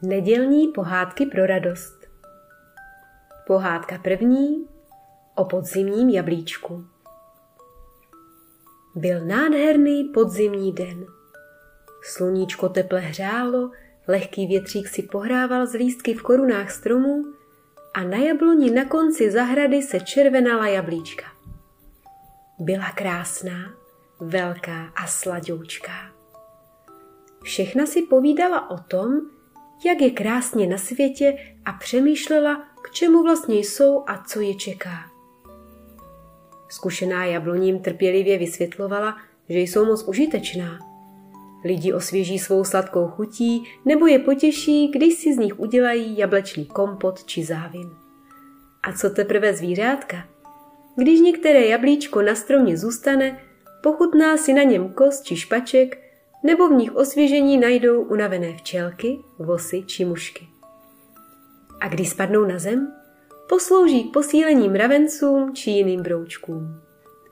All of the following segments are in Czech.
Nedělní pohádky pro radost. Pohádka první o podzimním jablíčku. Byl nádherný podzimní den. Sluníčko teple hřálo, lehký větřík si pohrával z lístky v korunách stromů a na jabloni na konci zahrady se červenala jablíčka. Byla krásná, velká a sladoučká. Všechna si povídala o tom, jak je krásně na světě a přemýšlela, k čemu vlastně jsou a co je čeká. Zkušená jabloním trpělivě vysvětlovala, že jsou moc užitečná. Lidi osvěží svou sladkou chutí nebo je potěší, když si z nich udělají jablečný kompot či závin. A co teprve zvířátka? Když některé jablíčko na stromě zůstane, pochutná si na něm kost či špaček, nebo v nich osvěžení najdou unavené včelky, vosy či mušky. A když spadnou na zem, poslouží k posílení mravencům či jiným broučkům.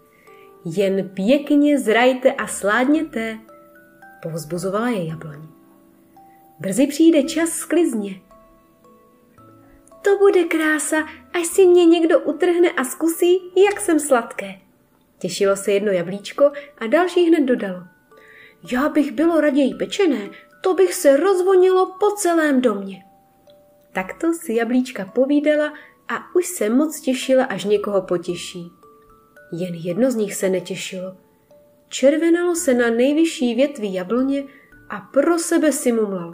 Jen pěkně zrajte a sládněte, povzbuzovala je jabloň. Brzy přijde čas sklizně. To bude krása, až si mě někdo utrhne a zkusí, jak jsem sladké. Těšilo se jedno jablíčko a další hned dodalo. Já bych bylo raději pečené, to bych se rozvonilo po celém domě. Takto si jablíčka povídala a už se moc těšila, až někoho potěší. Jen jedno z nich se netěšilo. Červenalo se na nejvyšší větvi jabloně a pro sebe si mumlalo.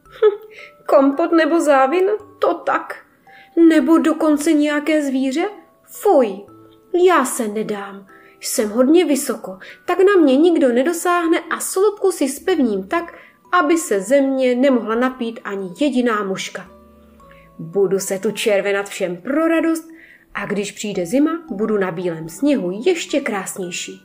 Kompot nebo závin? To tak. Nebo dokonce nějaké zvíře? Fuj, já se nedám. Jsem hodně vysoko, tak na mě nikdo nedosáhne a sloupku si spevním tak, aby se ze mě nemohla napít ani jediná muška. Budu se tu červenat všem pro radost a když přijde zima, budu na bílém sněhu ještě krásnější.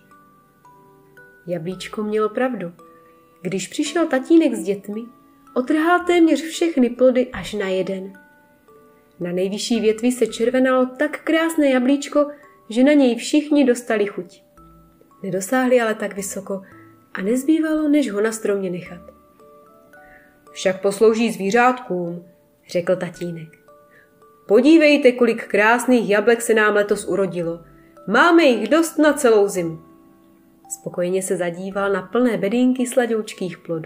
Jablíčko mělo pravdu. Když přišel tatínek s dětmi, otrhal téměř všechny plody až na jeden. Na nejvyšší větvi se červenalo tak krásné jablíčko, že na něj všichni dostali chuť. Nedosáhli ale tak vysoko a nezbývalo, než ho na stromě nechat. Však poslouží zvířátkům, řekl tatínek. Podívejte, kolik krásných jablek se nám letos urodilo. Máme jich dost na celou zimu. Spokojeně se zadíval na plné bedínky sladoučkých plodů.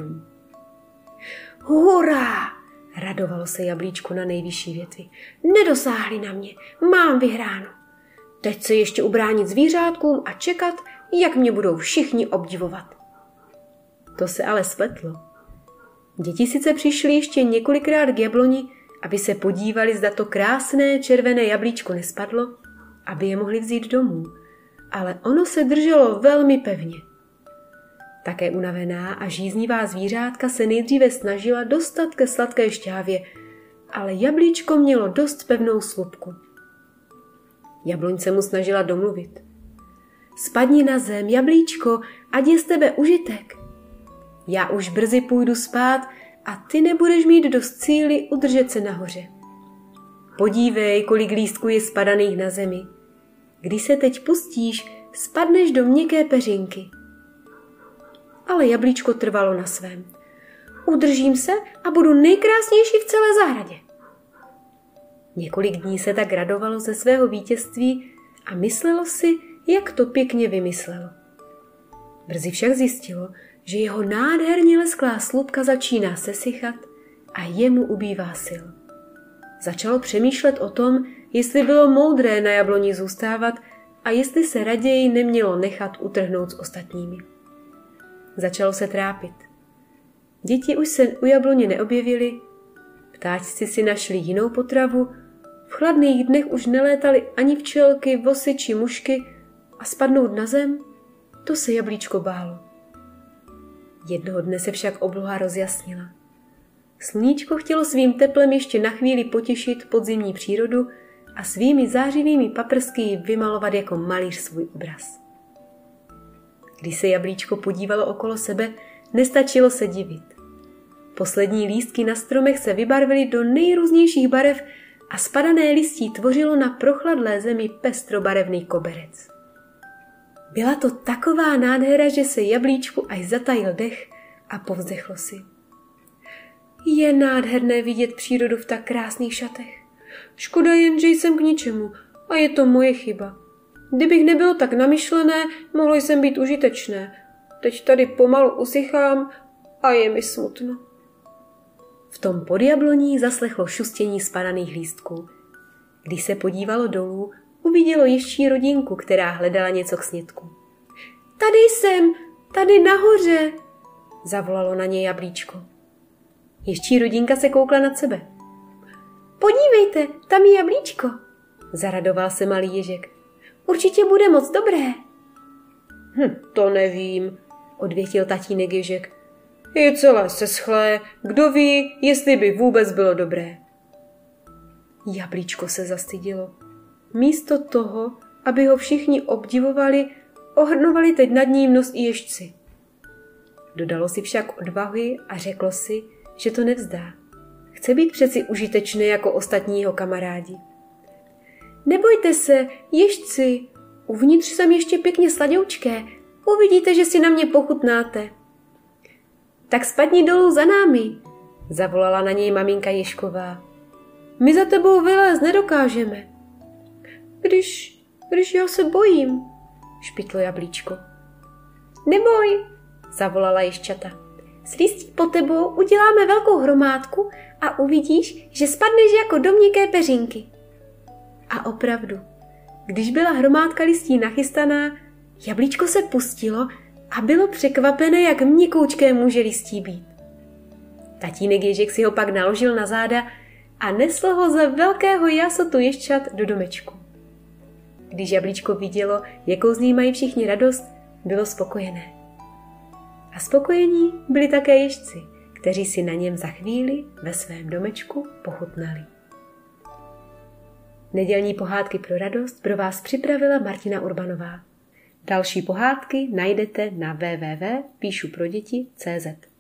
Hurá! Radovalo se jablíčko na nejvyšší větvi. Nedosáhli na mě, mám vyhráno. Teď se ještě ubránit zvířátkům a čekat, jak mě budou všichni obdivovat. To se ale spletlo. Děti sice přišly ještě několikrát k jabloni, aby se podívali, zda to krásné červené jablíčko nespadlo, aby je mohli vzít domů, ale ono se drželo velmi pevně. Také unavená a žíznivá zvířátka se nejdříve snažila dostat ke sladké šťávě, ale jablíčko mělo dost pevnou slupku. Jabloň se mu snažila domluvit. Spadni na zem, jablíčko, ať je z tebe užitek. Já už brzy půjdu spát a ty nebudeš mít dost síly udržet se nahoře. Podívej, kolik lístků je spadaných na zemi. Když se teď pustíš, spadneš do měkké peřinky. Ale jablíčko trvalo na svém. Udržím se a budu nejkrásnější v celé zahradě. Několik dní se tak radovalo ze svého vítězství a myslelo si, jak to pěkně vymyslelo. Brzy však zjistilo, že jeho nádherně lesklá slupka začíná sesychat a jemu ubývá sil. Začalo přemýšlet o tom, jestli bylo moudré na jabloni zůstávat a jestli se raději nemělo nechat utrhnout s ostatními. Začalo se trápit. Děti už se u jabloně neobjevily, ptáčci si našli jinou potravu, v chladných dnech už nelétaly ani včelky, vosy či mušky a spadnout na zem, to se jablíčko bálo. Jednoho dne se však obloha rozjasnila. Sluníčko chtělo svým teplem ještě na chvíli potěšit podzimní přírodu a svými zářivými paprsky ji vymalovat jako malíř svůj obraz. Když se jablíčko podívalo okolo sebe, nestačilo se divit. Poslední lístky na stromech se vybarvily do nejrůznějších barev a spadané listí tvořilo na prochladlé zemi pestrobarevný koberec. Byla to taková nádhera, že se jablíčku až zatajil dech a povzdechlo si. Je nádherné vidět přírodu v tak krásných šatech. Škoda jen, že jsem k ničemu a je to moje chyba. Kdybych nebylo tak namyšlené, mohlo jsem být užitečné. Teď tady pomalu usychám a je mi smutno. V tom podjabloní zaslechlo šustění spadaných lístků. Když se podívalo dolů, uvidělo ještí rodinku, která hledala něco k snědku. Tady jsem, tady nahoře, zavolalo na něj jablíčko. Ještí rodinka se koukla nad sebe. Podívejte, tam je jablíčko, zaradoval se malý ježek. Určitě bude moc dobré. To nevím, odvětil tatínek ježek. Je celé seschlé, kdo ví, jestli by vůbec bylo dobré. Jablíčko se zastydělo. Místo toho, aby ho všichni obdivovali, ohrnovali teď nad ním nos i ježci. Dodalo si však odvahy a řeklo si, že to nevzdá. Chce být přeci užitečný jako ostatní jeho kamarádi. Nebojte se, ježci, uvnitř jsem ještě pěkně sladoučké, uvidíte, že si na mě pochutnáte. Tak spadni dolů za námi, zavolala na něj maminka Ježková. My za tebou vylézt nedokážeme. Když já se bojím, špitlo jablíčko. Neboj, zavolala ježčata. S listí pod tebou uděláme velkou hromádku a uvidíš, že spadneš jako do měkké peřinky. A opravdu, když byla hromádka listí nachystaná, jablíčko se pustilo a bylo překvapené, jak měkoučké může listí být. Tatínek ježek si ho pak naložil na záda a nesl ho za velkého jásotu ježčat do domečku. Když jablíčko vidělo, jakou z ní mají všichni radost, bylo spokojené. A spokojení byli také ježci, kteří si na něm za chvíli ve svém domečku pochutnali. Nedělní pohádky pro radost pro vás připravila Martina Urbanová. Další pohádky najdete na www.píšuproděti.cz.